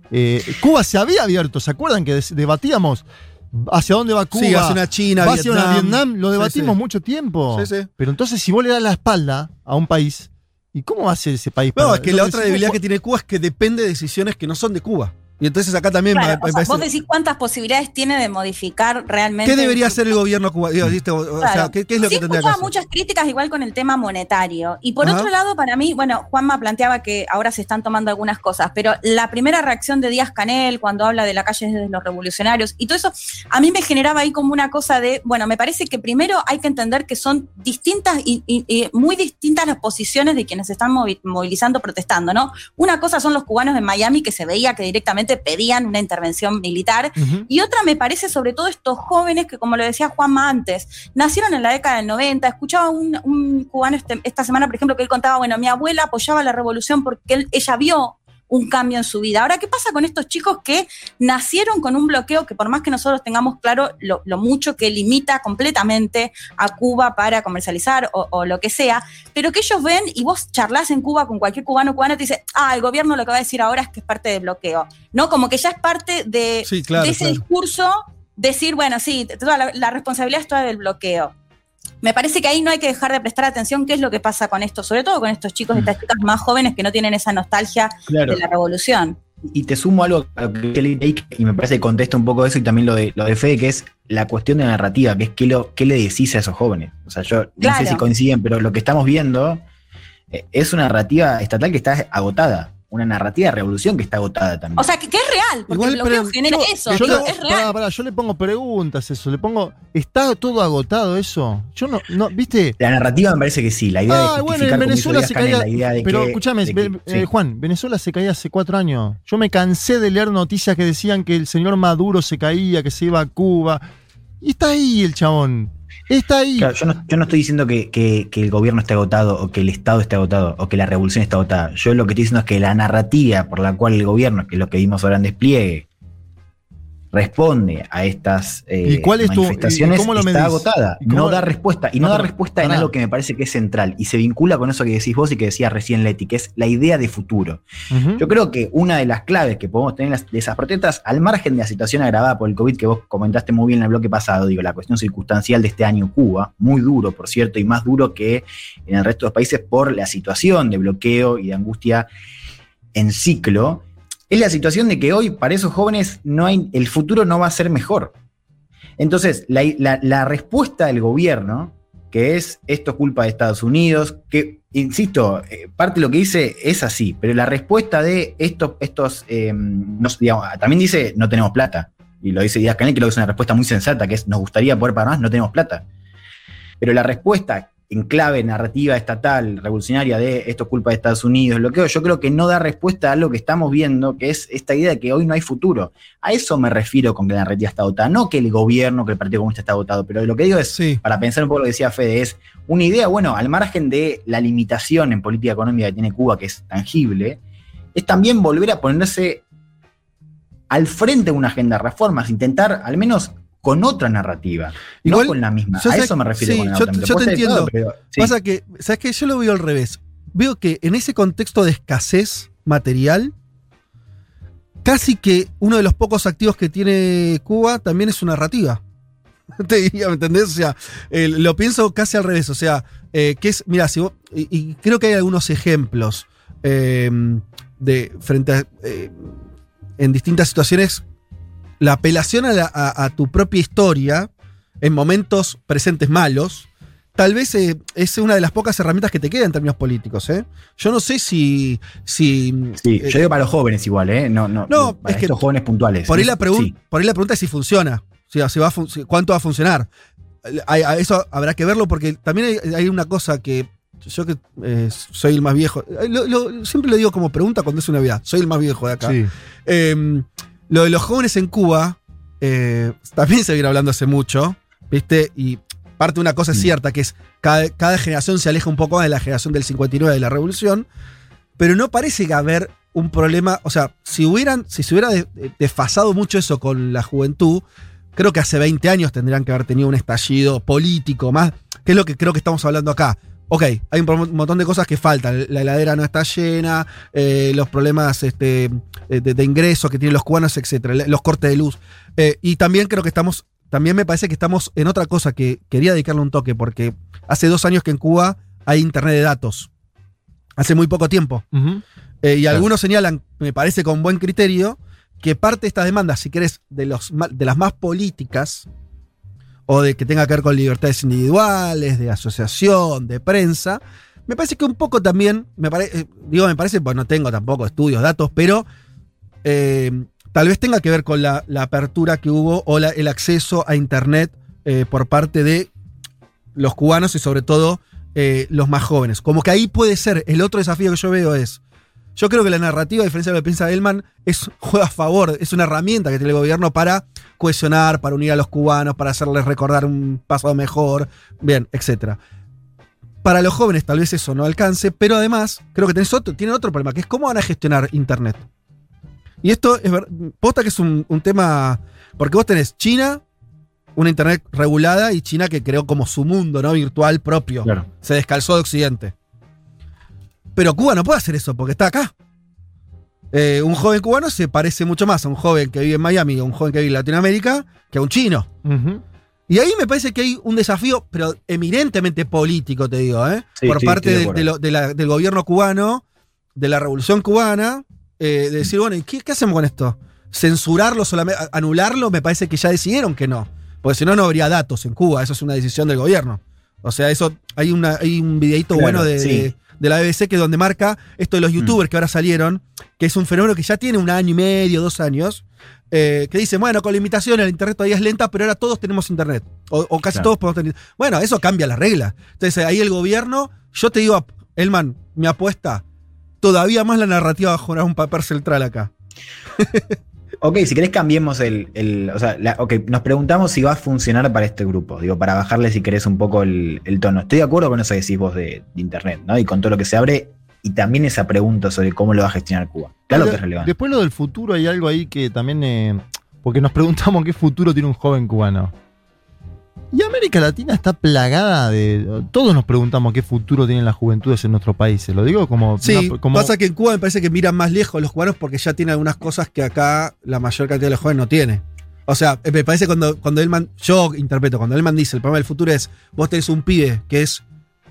Cuba se había abierto, ¿se acuerdan que debatíamos hacia dónde va Cuba? Sí, hacia una China, va hacia una Vietnam, lo debatimos sí. mucho tiempo. Sí. Pero entonces si vos le das la espalda a un país, ¿y cómo va a ser ese país? No, es que la otra debilidad que tiene Cuba es que depende de decisiones que no son de Cuba. Y entonces acá también claro, vos decís cuántas posibilidades tiene de modificar realmente. ¿Qué debería hacer el gobierno cubano? Claro. O sea, ¿qué es lo que tendría que hacer? Muchas críticas igual con el tema monetario. Y por otro lado, para mí, bueno, Juanma planteaba que ahora se están tomando algunas cosas, pero la primera reacción de Díaz-Canel cuando habla de la calle de los revolucionarios y todo eso, a mí me generaba ahí como una cosa de, bueno, me parece que primero hay que entender que son distintas y muy distintas las posiciones de quienes se están movilizando, protestando, ¿no? Una cosa son los cubanos en Miami, que se veía que directamente pedían una intervención militar, y otra me parece sobre todo estos jóvenes que, como lo decía Juanma antes, nacieron en la década del 90. Escuchaba un cubano esta semana, por ejemplo, que él contaba, bueno, mi abuela apoyaba la revolución porque ella vio un cambio en su vida. Ahora, ¿qué pasa con estos chicos que nacieron con un bloqueo que, por más que nosotros tengamos claro lo mucho que limita completamente a Cuba para comercializar o lo que sea, pero que ellos ven, y vos charlás en Cuba con cualquier cubano o cubana, te dice, el gobierno lo que va a decir ahora es que es parte del bloqueo, ¿no? Como que ya es parte de ese discurso, decir, bueno, sí, toda la responsabilidad es toda del bloqueo. Me parece que ahí no hay que dejar de prestar atención qué es lo que pasa con esto, sobre todo con estos chicos y estas chicas más jóvenes que no tienen esa nostalgia de la revolución. Y te sumo algo a lo que leí, y me parece que contesta un poco eso, y también lo de Fede, que es la cuestión de narrativa, que es qué le decís a esos jóvenes. O sea, yo no sé si coinciden, pero lo que estamos viendo es una narrativa estatal que está agotada. Una narrativa de revolución que está agotada también. O sea, que es real, porque el bloqueo genera eso. Es real. Yo le pongo preguntas eso, ¿está todo agotado eso? Yo no, ¿viste? La narrativa me parece que sí, la idea de justificar, bueno, en Venezuela se caía, la idea de pero que, escúchame, sí. Juan, Venezuela se caía hace 4 años. Yo me cansé de leer noticias que decían que el señor Maduro se caía, que se iba a Cuba. Y está ahí el chabón. Está ahí. Claro, yo no estoy diciendo que el gobierno esté agotado, o que el Estado esté agotado, o que la revolución esté agotada. Yo lo que estoy diciendo es que la narrativa por la cual el gobierno, que es lo que vimos ahora en despliegue, responde a estas manifestaciones, está agotada. No da respuesta. Y no da respuesta en algo que me parece que es central. Y se vincula con eso que decís vos y que decía recién Leti, que es la idea de futuro. Yo creo que una de las claves que podemos tener de esas protestas, al margen de la situación agravada por el COVID, que vos comentaste muy bien en el bloque pasado, digo, la cuestión circunstancial de este año en Cuba, muy duro, por cierto, y más duro que en el resto de los países por la situación de bloqueo y de angustia en ciclo, es la situación de que hoy para esos jóvenes el futuro no va a ser mejor. Entonces, la respuesta del gobierno, que es esto es culpa de Estados Unidos, que, insisto, parte de lo que dice es así, pero la respuesta de también dice no tenemos plata, y lo dice Díaz-Canel, que es una respuesta muy sensata, que es nos gustaría poder pagar más, no tenemos plata. Pero la respuesta en clave narrativa estatal, revolucionaria de esto es culpa de Estados Unidos, bloqueo, yo creo que no da respuesta a lo que estamos viendo, que es esta idea de que hoy no hay futuro. A eso me refiero con que la narrativa está agotada, no que el gobierno, que el Partido Comunista está agotado, pero lo que digo es, para pensar un poco lo que decía Fede, es una idea, bueno, al margen de la limitación en política económica que tiene Cuba, que es tangible, es también volver a ponerse al frente de una agenda de reformas, intentar al menos con otra narrativa, igual, no con la misma. A eso me refiero con la yo te entiendo. Todo, pero, pasa que, ¿sabes qué? Yo lo veo al revés. Veo que en ese contexto de escasez material, casi que uno de los pocos activos que tiene Cuba también es su narrativa. Te diría, ¿me entendés? O sea, lo pienso casi al revés. O sea, que es, mira, si vos, y creo que hay algunos ejemplos de frente a, en distintas situaciones, la apelación a tu propia historia en momentos presentes malos, tal vez es una de las pocas herramientas que te quedan en términos políticos. Yo no sé si yo digo para los jóvenes igual, no para es estos jóvenes puntuales. Por ahí la pregunta es si funciona, cuánto va a funcionar. Eso habrá que verlo, porque también hay una cosa que yo que soy el más viejo, siempre lo digo como pregunta cuando es una vida, soy el más viejo de acá. Sí. Lo de los jóvenes en Cuba también se viene hablando hace mucho, ¿viste? Y parte de una cosa es cierta, que es cada generación se aleja un poco más de la generación del 59 de la Revolución, pero no parece que haber un problema, o sea, si se hubiera desfasado mucho eso con la juventud, creo que hace 20 años tendrían que haber tenido un estallido político más, que es lo que creo que estamos hablando acá. Ok, hay un montón de cosas que faltan. La heladera no está llena, los problemas de ingresos que tienen los cubanos, etcétera, los cortes de luz. Y también creo que también me parece que estamos en otra cosa que quería dedicarle un toque, porque hace 2 años que en Cuba hay internet de datos. Hace muy poco tiempo. Uh-huh. Y algunos señalan, me parece con buen criterio, que parte de estas demandas, si querés, de las más políticas, o de que tenga que ver con libertades individuales, de asociación, de prensa, me parece que un poco también, me parece, pues no tengo tampoco estudios, datos, pero tal vez tenga que ver con la apertura que hubo o el acceso a internet por parte de los cubanos y sobre todo los más jóvenes. Como que ahí puede ser, el otro desafío que yo veo es, yo creo que la narrativa, a diferencia de lo que piensa Elman, juega a favor, es una herramienta que tiene el gobierno para cohesionar, para unir a los cubanos, para hacerles recordar un pasado mejor, bien, etc. Para los jóvenes tal vez eso no alcance, pero además creo que tienen otro problema, que es cómo van a gestionar internet. Y esto es posta que es un tema, porque vos tenés China, una internet regulada, y China que creó como su mundo, ¿no? Virtual propio. Claro. Se descalzó de Occidente. Pero Cuba no puede hacer eso porque está acá. Un joven cubano se parece mucho más a un joven que vive en Miami o un joven que vive en Latinoamérica que a un chino. Uh-huh. Y ahí me parece que hay un desafío, pero eminentemente político, te digo, Sí, por sí, parte de del gobierno cubano, de la revolución cubana, de decir, bueno, ¿y qué hacemos con esto? ¿Censurarlo solamente, anularlo? Me parece que ya decidieron que no. Porque si no, no habría datos en Cuba. Eso es una decisión del gobierno. O sea, eso hay un videíto bueno de la BBC que donde marca esto de los youtubers que ahora salieron, que es un fenómeno que ya tiene 1 año y medio, 2 años, que dicen, bueno, con la imitación el internet todavía es lenta, pero ahora todos tenemos internet. O casi todos podemos tener. Bueno, eso cambia la regla. Entonces ahí el gobierno, yo te digo, Elman, mi apuesta, todavía más la narrativa va a jugar un papel central acá. Ok, si querés cambiemos nos preguntamos si va a funcionar para este grupo, digo, para bajarle si querés un poco el tono. Estoy de acuerdo con eso que decís vos de internet, ¿no? Y con todo lo que se abre, y también esa pregunta sobre cómo lo va a gestionar Cuba. Claro que es relevante. Después lo del futuro, hay algo ahí que también, porque nos preguntamos qué futuro tiene un joven cubano. Y América Latina está plagada de... Todos nos preguntamos qué futuro tienen las juventudes en nuestros países. Lo digo como... Sí, pasa que en Cuba me parece que miran más lejos los cubanos porque ya tienen algunas cosas que acá la mayor cantidad de los jóvenes no tiene. O sea, me parece cuando Elman... Yo interpreto, cuando Elman dice el problema del futuro es, vos tenés un pibe que es...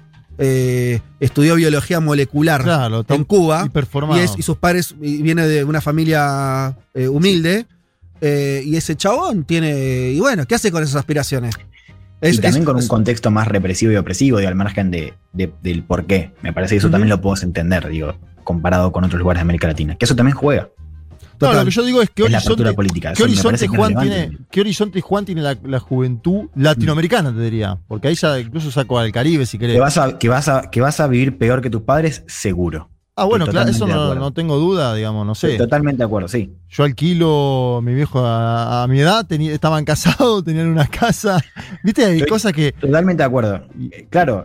estudió biología molecular en Cuba y sus padres viene de una familia humilde y ese chabón tiene... Y bueno, ¿qué hace con esas aspiraciones? Y también con un contexto más represivo y opresivo, digo, al margen del por qué. Me parece que eso también lo podemos entender, digo, comparado con otros lugares de América Latina. Que eso también juega. No, lo que yo digo es que la apertura política. ¿Qué horizonte, Juan, tiene la juventud latinoamericana, te diría? Porque ahí ya incluso saco al Caribe, si querés. Que vas a vivir peor que tus padres, seguro. Ah, bueno, claro, eso no tengo duda, digamos, no sé. Estoy totalmente de acuerdo, sí. Yo alquilo, mi viejo a mi edad, estaban casados, tenían una casa. ¿Viste? Hay cosas que... Totalmente de acuerdo. Claro,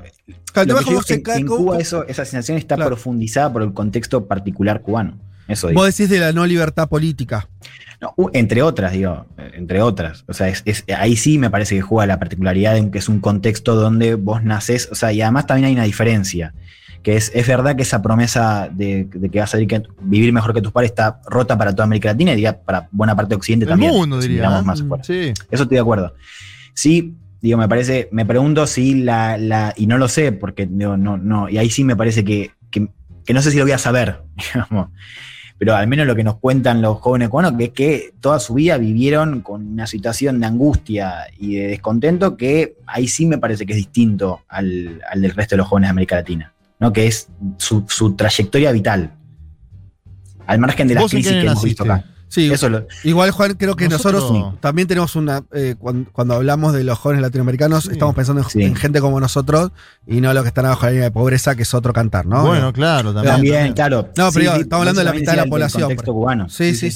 en Cuba esa sensación está profundizada por el contexto particular cubano. Eso digo. Vos decís de la no libertad política. No, entre otras. O sea, ahí sí me parece que juega la particularidad de que es un contexto donde vos nacés, o sea, y además también hay una diferencia. Que es verdad que esa promesa de que vas a vivir mejor que tus padres está rota para toda América Latina y diría para buena parte de Occidente también. El mundo, diría. Más afuera. Sí. Eso estoy de acuerdo. Sí, digo, me pregunto si y no lo sé, porque no, y ahí sí me parece que no sé si lo voy a saber, digamos. Pero al menos lo que nos cuentan los jóvenes cubanos, que es que toda su vida vivieron con una situación de angustia y de descontento que ahí sí me parece que es distinto al del resto de los jóvenes de América Latina. ¿No? Que es su trayectoria vital. Al margen de las crisis que hemos visto acá. Sí, igual, Juan, creo que nosotros también tenemos una... cuando hablamos de los jóvenes latinoamericanos, estamos pensando en gente como nosotros y no los que están abajo de la línea de pobreza, que es otro cantar, ¿no? Bueno, claro, también. Claro. No, pero estamos hablando de la mitad de la población. Cubano. Sí.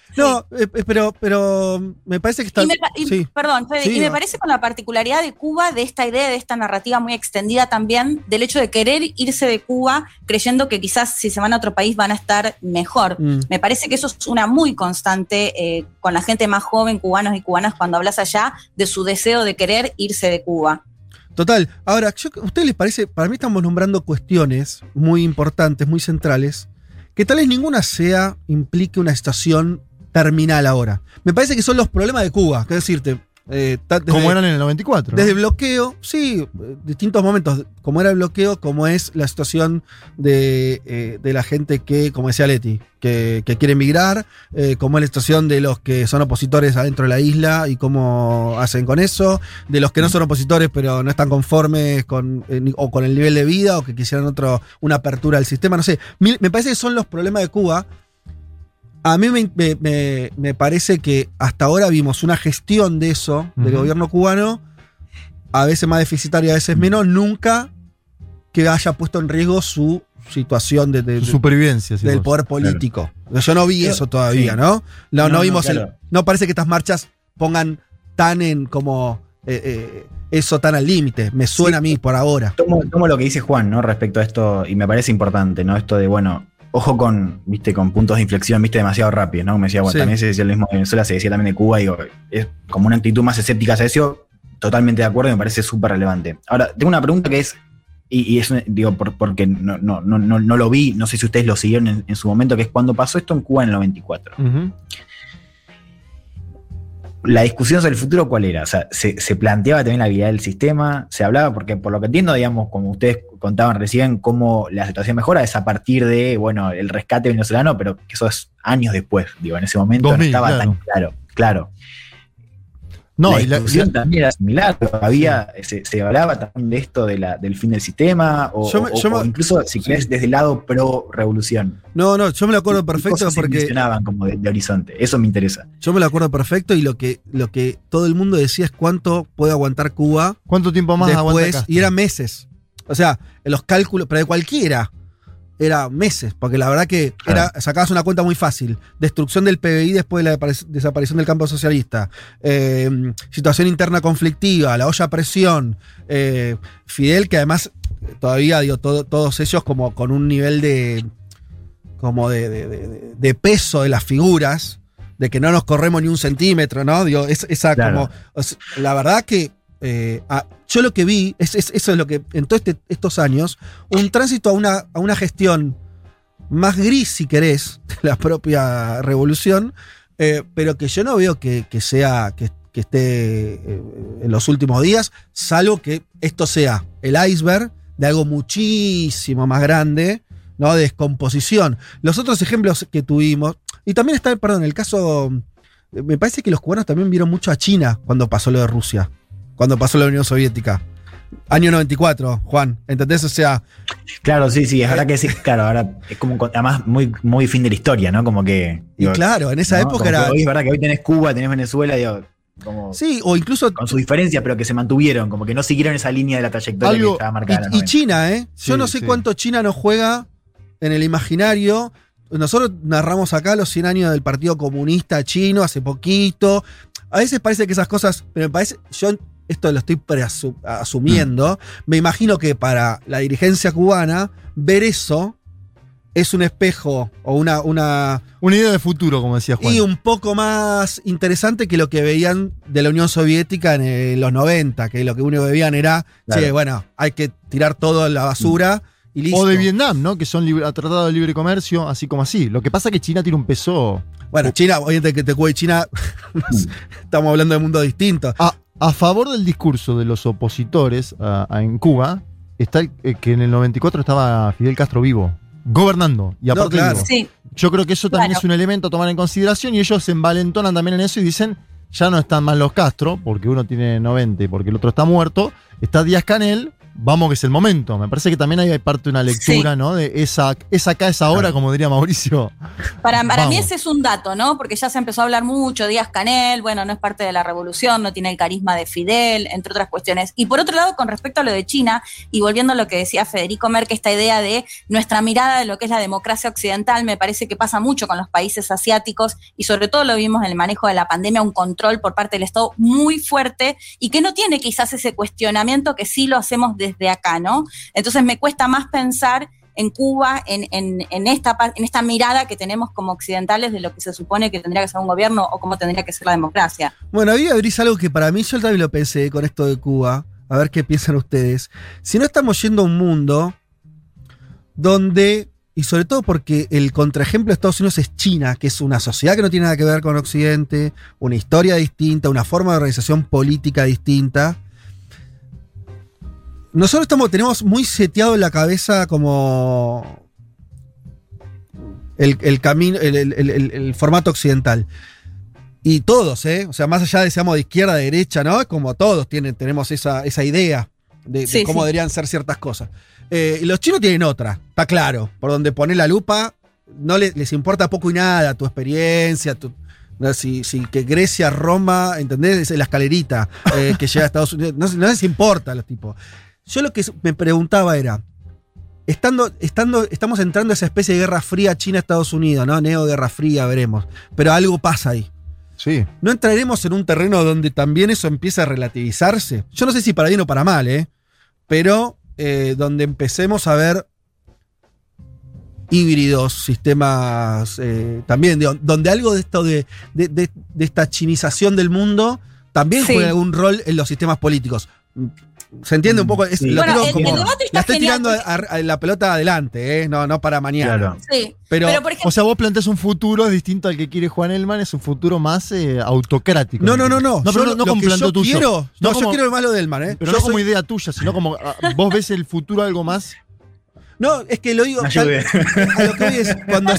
No, pero me parece que está. Perdón, Fede, Sí, y me parece con la particularidad de Cuba, de esta idea, de esta narrativa muy extendida también, del hecho de querer irse de Cuba creyendo que quizás si se van a otro país van a estar mejor. Me parece que eso es una muy constante con la gente más joven, cubanos y cubanas, cuando hablas allá, de su deseo de querer irse de Cuba. Total. Ahora, ¿a ustedes les parece? Para mí estamos nombrando cuestiones muy importantes, muy centrales, que tal vez ninguna implique una situación terminal ahora. Me parece que son los problemas de Cuba, que decirte. Como eran en el 94. Desde el bloqueo, sí, distintos momentos, como era el bloqueo, como es la situación de la gente que, como decía Leti, que quiere emigrar, como es la situación de los que son opositores adentro de la isla y cómo hacen con eso, de los que no son opositores pero no están conformes con el nivel de vida o que quisieran una apertura del sistema, no sé. Me parece que son los problemas de Cuba. A mí me parece que hasta ahora vimos una gestión de eso, del gobierno cubano, a veces más deficitaria, a veces menos, nunca que haya puesto en riesgo su situación de supervivencia del poder político. Claro. Yo no vi eso todavía, sí. ¿No? No vimos claro. No parece que estas marchas pongan tan en como eso tan al límite. Me suena a mí por ahora. Tomo lo que dice Juan, ¿no? Respecto a esto, y me parece importante, ¿no? Esto de, bueno, ojo con puntos de inflexión, demasiado rápido, ¿no? Me decía, bueno, también se decía lo mismo de Venezuela, se decía también de Cuba, digo, es como una actitud más escéptica hacia eso, totalmente de acuerdo y me parece súper relevante. Ahora, tengo una pregunta que es, y es, digo, porque no lo vi, no sé si ustedes lo siguieron en su momento, que es cuando pasó esto en Cuba en el 94. La discusión sobre el futuro, ¿cuál era? O sea, se planteaba también la habilidad del sistema, se hablaba, porque por lo que entiendo, digamos, como ustedes contaban recién, cómo la situación mejora es a partir de, bueno, el rescate venezolano, pero que eso es años después, digo, en ese momento 2000, no estaba claro. tan claro. No, la discusión también era similar, se hablaba también de esto del fin del sistema, o incluso, si querés, desde el lado pro-revolución. No, yo me lo acuerdo perfecto porque mencionaban como de horizonte, eso me interesa. Yo me lo acuerdo perfecto y lo que todo el mundo decía es cuánto puede aguantar Cuba. ¿Cuánto tiempo más aguanta Castro? Y eran meses. O sea, en los cálculos, pero de cualquiera, era meses, porque la verdad que sacabas una cuenta muy fácil. Destrucción del PBI después de la desaparición del campo socialista, situación interna conflictiva, la olla a presión, Fidel, que además todavía, digo, todos ellos como con un nivel de peso de las figuras, de que no nos corremos ni un centímetro, ¿no? Digo, la verdad que yo lo que vi, eso es lo que en todos estos años, un tránsito a una gestión más gris, si querés, de la propia revolución, pero que yo no veo que esté en los últimos días, salvo que esto sea el iceberg de algo muchísimo más grande, ¿no? De descomposición. Los otros ejemplos que tuvimos, y también está, el caso, me parece que los cubanos también vieron mucho a China cuando pasó lo de Rusia. Cuando pasó la Unión Soviética. Año 94, Juan, ¿entendés? O sea... Claro, sí, es verdad que sí, claro, ahora es como, además, muy, muy fin de la historia, ¿no? Como que... Digo, y claro, en esa época era... Hoy es verdad que hoy tenés Cuba, tenés Venezuela, digo, como... Sí, o incluso... Con sus diferencias, pero que se mantuvieron, como que no siguieron esa línea de la trayectoria que estaba marcada. Y China, ¿eh? Yo no sé cuánto China nos juega en el imaginario. Nosotros narramos acá los 100 años del Partido Comunista Chino hace poquito. A veces parece que esas cosas... Pero me parece... Esto lo estoy asumiendo. Me imagino que para la dirigencia cubana, ver eso es un espejo o una idea de futuro, como decía Juan. Y un poco más interesante que lo que veían de la Unión Soviética en los 90, que lo que único que veían era, che, bueno, hay que tirar todo a la basura y listo. O de Vietnam, ¿no? Que son tratados de libre comercio, así como así. Lo que pasa es que China tiene un peso... Bueno, China, obviamente que te cuide China, estamos hablando de mundos distintos. A favor del discurso de los opositores en Cuba, está que en el 94 estaba Fidel Castro vivo, gobernando. Y aparte, yo creo que eso también es un elemento a tomar en consideración y ellos se envalentonan también en eso y dicen, ya no están mal los Castro, porque uno tiene 90 y porque el otro está muerto, está Díaz-Canel, vamos que es el momento. Me parece que también hay parte de una lectura, ¿no? De esa acá, esa hora, como diría Mauricio. Para mí ese es un dato, ¿no? Porque ya se empezó a hablar mucho, Díaz-Canel, bueno, no es parte de la revolución, no tiene el carisma de Fidel, entre otras cuestiones. Y por otro lado, con respecto a lo de China, y volviendo a lo que decía Federico Merck, esta idea de nuestra mirada de lo que es la democracia occidental, me parece que pasa mucho con los países asiáticos, y sobre todo lo vimos en el manejo de la pandemia, un control por parte del Estado muy fuerte, y que no tiene quizás ese cuestionamiento que sí lo hacemos desde acá, ¿no? Entonces me cuesta más pensar en Cuba, en esta mirada que tenemos como occidentales de lo que se supone que tendría que ser un gobierno o cómo tendría que ser la democracia. Bueno, ahí abrís algo que para mí, yo también lo pensé con esto de Cuba, a ver qué piensan ustedes. Si no estamos yendo a un mundo donde, y sobre todo porque el contraejemplo de Estados Unidos es China, que es una sociedad que no tiene nada que ver con Occidente, una historia distinta, una forma de organización política distinta. Nosotros tenemos muy seteado en la cabeza como el camino, el formato occidental. Y todos, o sea, más allá de seamos de izquierda, de derecha, ¿no? Es como todos tenemos esa idea de cómo deberían ser ciertas cosas. Y los chinos tienen otra, está claro. Por donde pones la lupa, no les importa poco y nada tu experiencia, si que Grecia, Roma, ¿entendés? Es la escalerita que llega a Estados Unidos. No les importa a los tipos. Yo lo que me preguntaba era, estamos entrando a esa especie de guerra fría China-Estados Unidos, ¿no? Neo-guerra fría, veremos. Pero algo pasa ahí. Sí. ¿No entraremos en un terreno donde también eso empieza a relativizarse? Yo no sé si para bien o para mal, pero donde empecemos a ver híbridos, sistemas también, donde algo de esto de esta chinización del mundo también juega algún rol en los sistemas políticos. ¿Se entiende un poco? El debate está la estoy genial, tirando a la pelota adelante, no para mañana. Claro. Sí. Pero por ejemplo, O sea, vos planteás un futuro distinto al que quiere Juan Elman, es un futuro más autocrático. no. No, pero no como planteo tuyo. Yo quiero el malo del Elman, Pero no como idea tuya, sino como vos ves el futuro algo más. No, es que lo digo. A lo que voy es, cuando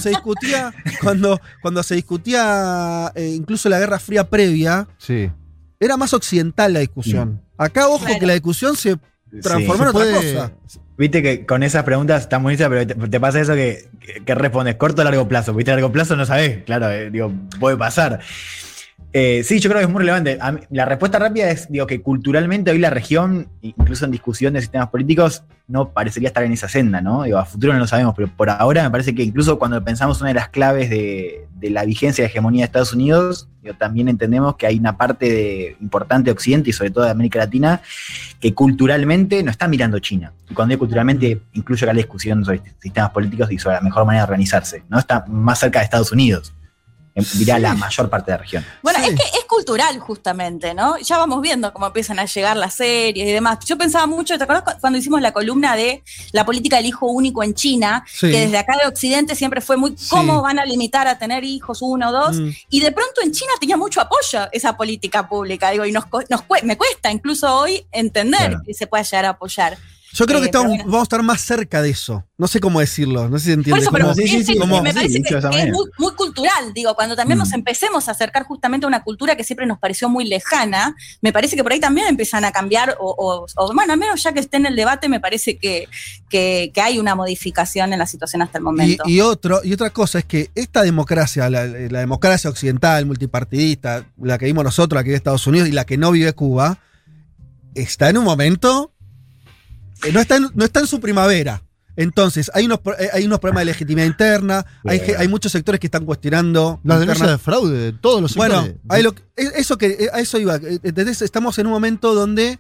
se discutía incluso la Guerra Fría previa, Sí. era más occidental la discusión. Acá, ojo, Claro. que la discusión se transformó en otra cosa. Viste que con esas preguntas están buenísimas, pero te pasa eso que respondes corto o largo plazo. Viste, a largo plazo no sabés, claro, puede pasar. Sí, yo creo que es muy relevante. La respuesta rápida es, que culturalmente hoy la región, incluso en discusión de sistemas políticos, no parecería estar en esa senda, ¿no? A futuro no lo sabemos, pero por ahora me parece que incluso cuando pensamos una de las claves de la vigencia de hegemonía de Estados Unidos, también entendemos que hay una parte importante de Occidente y sobre todo de América Latina que culturalmente no está mirando China. Y cuando digo culturalmente, incluyo acá la discusión sobre sistemas políticos y sobre la mejor manera de organizarse, ¿no? Está más cerca de Estados Unidos. Dirá la mayor parte de la región. bueno, Sí. es que es cultural justamente, ¿no? Ya vamos viendo cómo empiezan a llegar las series y demás. Yo pensaba mucho, ¿te acuerdas cuando hicimos la columna de la política del hijo único en China? Sí. Que desde acá de Occidente siempre fue muy, ¿cómo van a limitar a tener hijos, 1 o 2? Y de pronto en China tenía mucho apoyo esa política pública, y me cuesta incluso hoy entender que se pueda llegar a apoyar. Yo creo que pero bueno. vamos a estar más cerca de eso. No sé cómo decirlo, no sé si se entiende. Por eso, pero Como- me parece dicho de esa que es manera. muy cultural, cuando también nos empecemos a acercar justamente a una cultura que siempre nos pareció muy lejana, me parece que por ahí también empiezan a cambiar, o bueno, al menos ya que esté en el debate, me parece que hay una modificación en la situación hasta el momento. Y otra cosa es que esta democracia, la democracia occidental, multipartidista, la que vimos nosotros, la que vive Estados Unidos y la que no vive Cuba, está en un momento, no está en su primavera. Entonces, hay unos problemas de legitimidad interna, hay muchos sectores que están cuestionando. La denuncia de fraude de todos los Bueno, sectores. a eso iba. ¿Entendés? Estamos en un momento donde,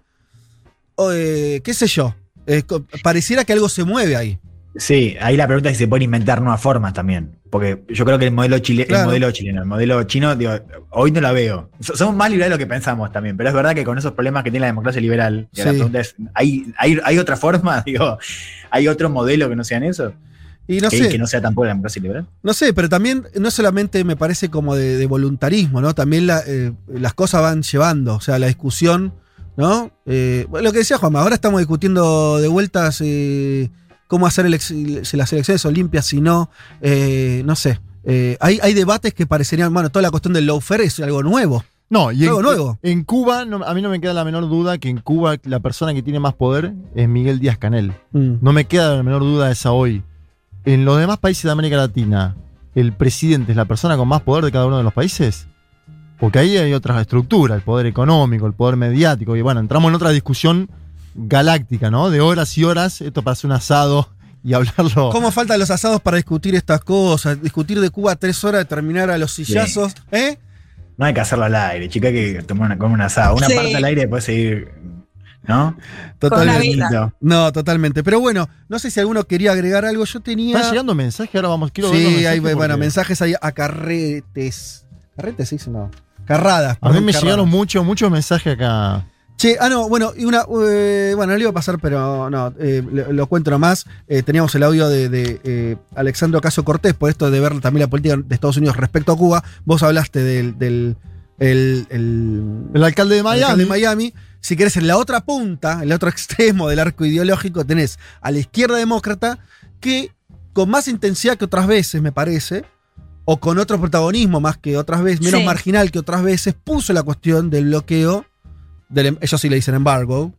qué sé yo, pareciera que algo se mueve ahí. Sí, ahí la pregunta es si se pueden inventar nuevas formas también. Porque yo creo que el modelo el modelo chino, hoy no la veo. Somos más liberales de lo que pensamos también, pero es verdad que con esos problemas que tiene la democracia liberal, Sí. la pregunta es, ¿hay otra forma? ¿Hay otro modelo que no sean eso? Y no que, sé. que no sea tampoco la democracia liberal. No sé, pero también no solamente me parece como de voluntarismo, ¿no? También las cosas van llevando, o sea, la discusión, ¿no? Lo que decía Juanma, ahora estamos discutiendo de vueltas cómo hacer si las elecciones son limpias, si no, no sé. Hay debates que parecerían, bueno, toda la cuestión del lawfare es algo nuevo. No, y Luego. en Cuba, a mí no me queda la menor duda que en Cuba la persona que tiene más poder es Miguel Díaz-Canel. No me queda la menor duda de esa hoy. En los demás países de América Latina, ¿el presidente es la persona con más poder de cada uno de los países? Porque ahí hay otras estructuras, el poder económico, el poder mediático, y bueno, entramos en otra discusión galáctica, ¿no? De horas y horas, esto para hacer un asado y hablarlo. ¿Cómo faltan los asados para discutir estas cosas? Discutir de Cuba 3 horas, terminar a los sillazos, ¿eh? No hay que hacerlo al aire, chica, hay que tomar un asado. Una parte al aire y después seguir, ¿no? Totalmente. No, totalmente. Pero bueno, no sé si alguno quería agregar algo. Yo tenía. Están llegando mensajes, ahora quiero ver Sí, los mensajes hay porque mensajes ahí a carretes. ¿Carretes se dice? No. Carradas. A mí me llegaron muchos mensajes acá. Che, bueno, y una. Bueno, no le iba a pasar, pero no, lo cuento nomás. Teníamos el audio de Alexandre Ocasio-Cortez, por esto de ver también la política de Estados Unidos respecto a Cuba. Vos hablaste del el alcalde de Miami. Si querés, en la otra punta, en el otro extremo del arco ideológico, tenés a la izquierda demócrata que, con más intensidad que otras veces, me parece, o con otro protagonismo más que otras veces, menos marginal que otras veces, puso la cuestión del bloqueo. Ellos sí le dicen embargo.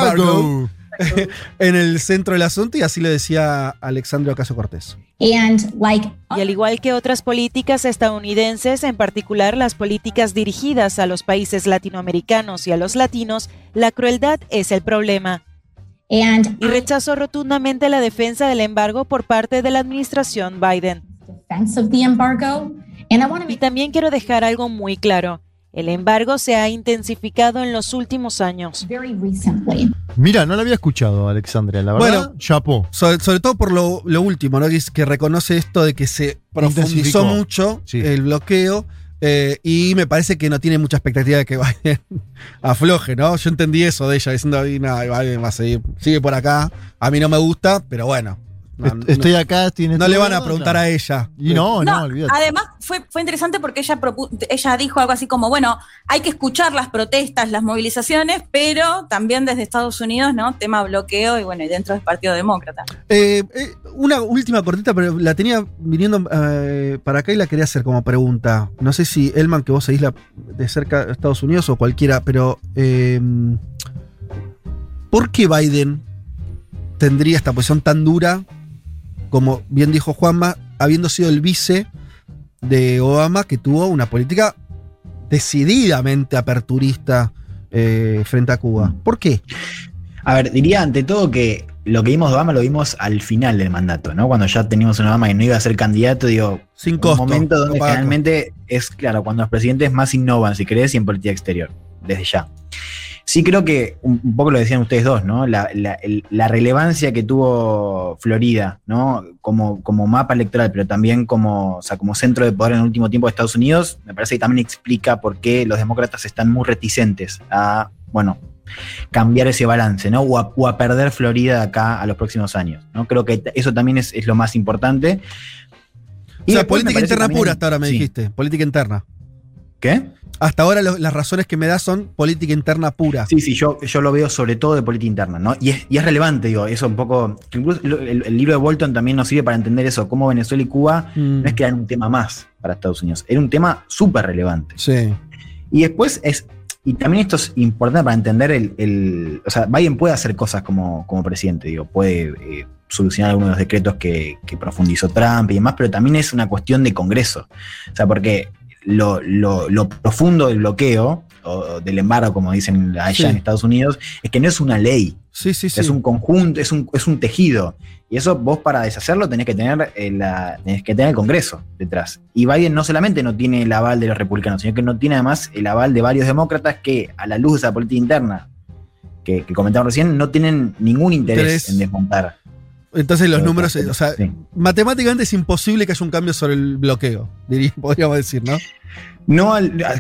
En el centro del asunto, y así le decía Alexandre Ocasio-Cortez. Y al igual que otras políticas estadounidenses, en particular las políticas dirigidas a los países latinoamericanos y a los latinos, la crueldad es el problema. Y rechazó rotundamente la defensa del embargo por parte de la administración Biden. Y también quiero dejar algo muy claro. El embargo se ha intensificado en los últimos años. Mira, no lo había escuchado, Alexandria, la verdad. Bueno, chapó. Sobre todo por lo último, ¿no? Que reconoce esto de que se profundizó mucho el bloqueo, y me parece que no tiene mucha expectativa de que Biden afloje, ¿no? Yo entendí eso de ella, diciendo, Biden va a seguir, sigue por acá, a mí no me gusta, pero bueno. Estoy acá, no le van a preguntar a ella. Y no, olvídate. Además, fue interesante porque ella dijo algo así como, bueno, hay que escuchar las protestas, las movilizaciones, pero también desde Estados Unidos, ¿no? Tema bloqueo y bueno, y dentro del Partido Demócrata. Una última cortita, pero la tenía viniendo para acá y la quería hacer como pregunta. No sé si Elman, que vos seguís de cerca de Estados Unidos o cualquiera, pero ¿por qué Biden tendría esta posición tan dura? Como bien dijo Juanma, habiendo sido el vice de Obama, que tuvo una política decididamente aperturista frente a Cuba. ¿Por qué? A ver, diría ante todo que lo que vimos de Obama lo vimos al final del mandato, ¿no? Cuando ya teníamos un Obama que no iba a ser candidato, sin costo, un momento donde generalmente es, claro, cuando los presidentes más innovan, si querés, y en política exterior, desde ya. Sí creo que, un poco lo decían ustedes dos, ¿no? La relevancia que tuvo Florida, ¿no? Como mapa electoral, pero también como centro de poder en el último tiempo de Estados Unidos, me parece que también explica por qué los demócratas están muy reticentes a, cambiar ese balance, ¿no? O a perder Florida de acá a los próximos años, ¿no? Creo que eso también es lo más importante. Y o sea, política interna pura hasta ahora me dijiste, política interna. ¿Qué? Hasta ahora las razones que me das son política interna pura. Sí, yo lo veo sobre todo de política interna, ¿no? Y es relevante, eso un poco. Incluso el libro de Bolton también nos sirve para entender eso, cómo Venezuela y Cuba no es que eran un tema más para Estados Unidos, era un tema súper relevante. Sí. Y después y también esto es importante para entender o sea, Biden puede hacer cosas como presidente, puede solucionar algunos de los decretos que profundizó Trump y demás, pero también es una cuestión de Congreso. O sea, porque lo profundo del bloqueo, o del embargo, como dicen allá en Estados Unidos, es que no es una ley. Sí. Es un conjunto, es un tejido. Y eso vos para deshacerlo tenés que tener el Congreso detrás. Y Biden no solamente no tiene el aval de los republicanos, sino que no tiene además el aval de varios demócratas que, a la luz de esa política interna que comentamos recién, no tienen ningún interés en desmontar. Entonces los números, matemáticamente es imposible que haya un cambio sobre el bloqueo, podríamos decir, ¿no? No,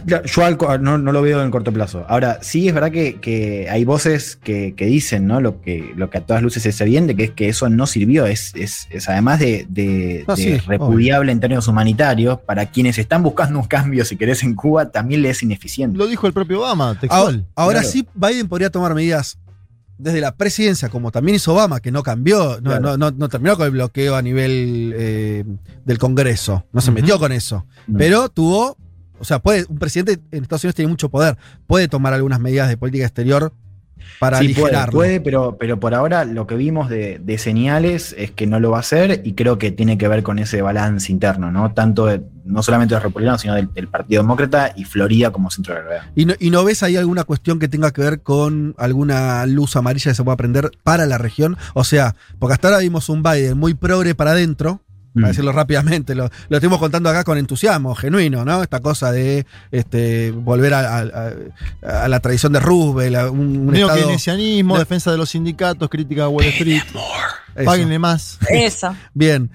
yo no lo veo en el corto plazo. Ahora, sí es verdad que hay voces que dicen, ¿no? Lo que a todas luces es evidente, que es que eso no sirvió, es además de repudiable en términos humanitarios, para quienes están buscando un cambio, si querés, en Cuba, también le es ineficiente. Lo dijo el propio Obama, textual. Ahora sí, Biden podría tomar medidas desde la presidencia, como también hizo Obama, que no cambió, no terminó con el bloqueo a nivel del Congreso, no se metió con eso, pero tuvo O sea, un presidente en Estados Unidos tiene mucho poder. Puede tomar algunas medidas de política exterior para aligerarlo. Puede, pero por ahora lo que vimos de señales es que no lo va a hacer, y creo que tiene que ver con ese balance interno, ¿no? No solamente de los republicanos, sino del Partido Demócrata y Florida como centro de gravedad. ¿Y no ves ahí alguna cuestión que tenga que ver con alguna luz amarilla que se pueda prender para la región? O sea, porque hasta ahora vimos un Biden muy progre para adentro, para decirlo rápidamente, lo estuvimos contando acá con entusiasmo genuino, ¿no? Esta cosa de volver a la tradición de Roosevelt, un neo-keynesianismo, defensa de los sindicatos, crítica a Wall Street. Páguenle más. Eso. Bien.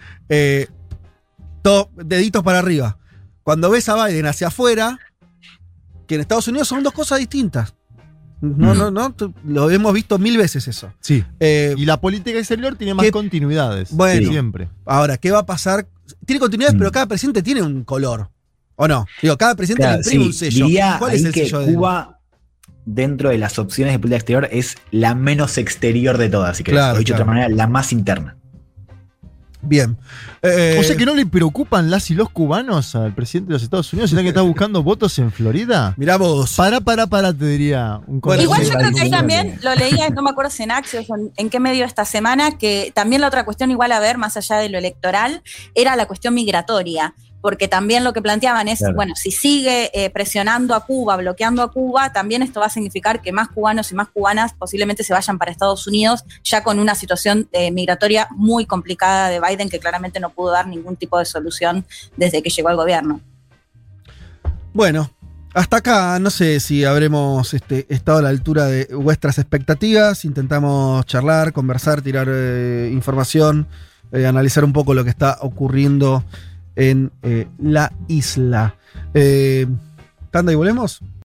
Deditos para arriba. Cuando ves a Biden hacia afuera, que en Estados Unidos son dos cosas distintas. No, lo hemos visto 1000 veces eso. Sí. Y la política exterior tiene más continuidades. Bueno, siempre. Ahora, ¿qué va a pasar? Tiene continuidades, pero cada presidente tiene un color. ¿O no? Digo, cada presidente le imprime un sello. ¿Cuál es el sello de Cuba? Dentro de las opciones de política exterior es la menos exterior de todas, si querés. Claro, o dicho de otra manera, la más interna. Bien. O sea que no le preocupan las y los cubanos al presidente de los Estados Unidos, sino que está buscando votos en Florida. Mirá vos. Para, te diría. Igual yo creo que ahí también lo leía, no me acuerdo si en Axios o en qué medio esta semana, que también la otra cuestión igual a ver, más allá de lo electoral, era la cuestión migratoria. Porque también lo que planteaban es, claro, bueno, si sigue presionando a Cuba, bloqueando a Cuba, también esto va a significar que más cubanos y más cubanas posiblemente se vayan para Estados Unidos, ya con una situación migratoria muy complicada de Biden, que claramente no pudo dar ningún tipo de solución desde que llegó al gobierno. Bueno, hasta acá no sé si habremos estado a la altura de vuestras expectativas. Intentamos charlar, conversar, tirar información, analizar un poco lo que está ocurriendo en la isla. ¿Tanda y volvemos?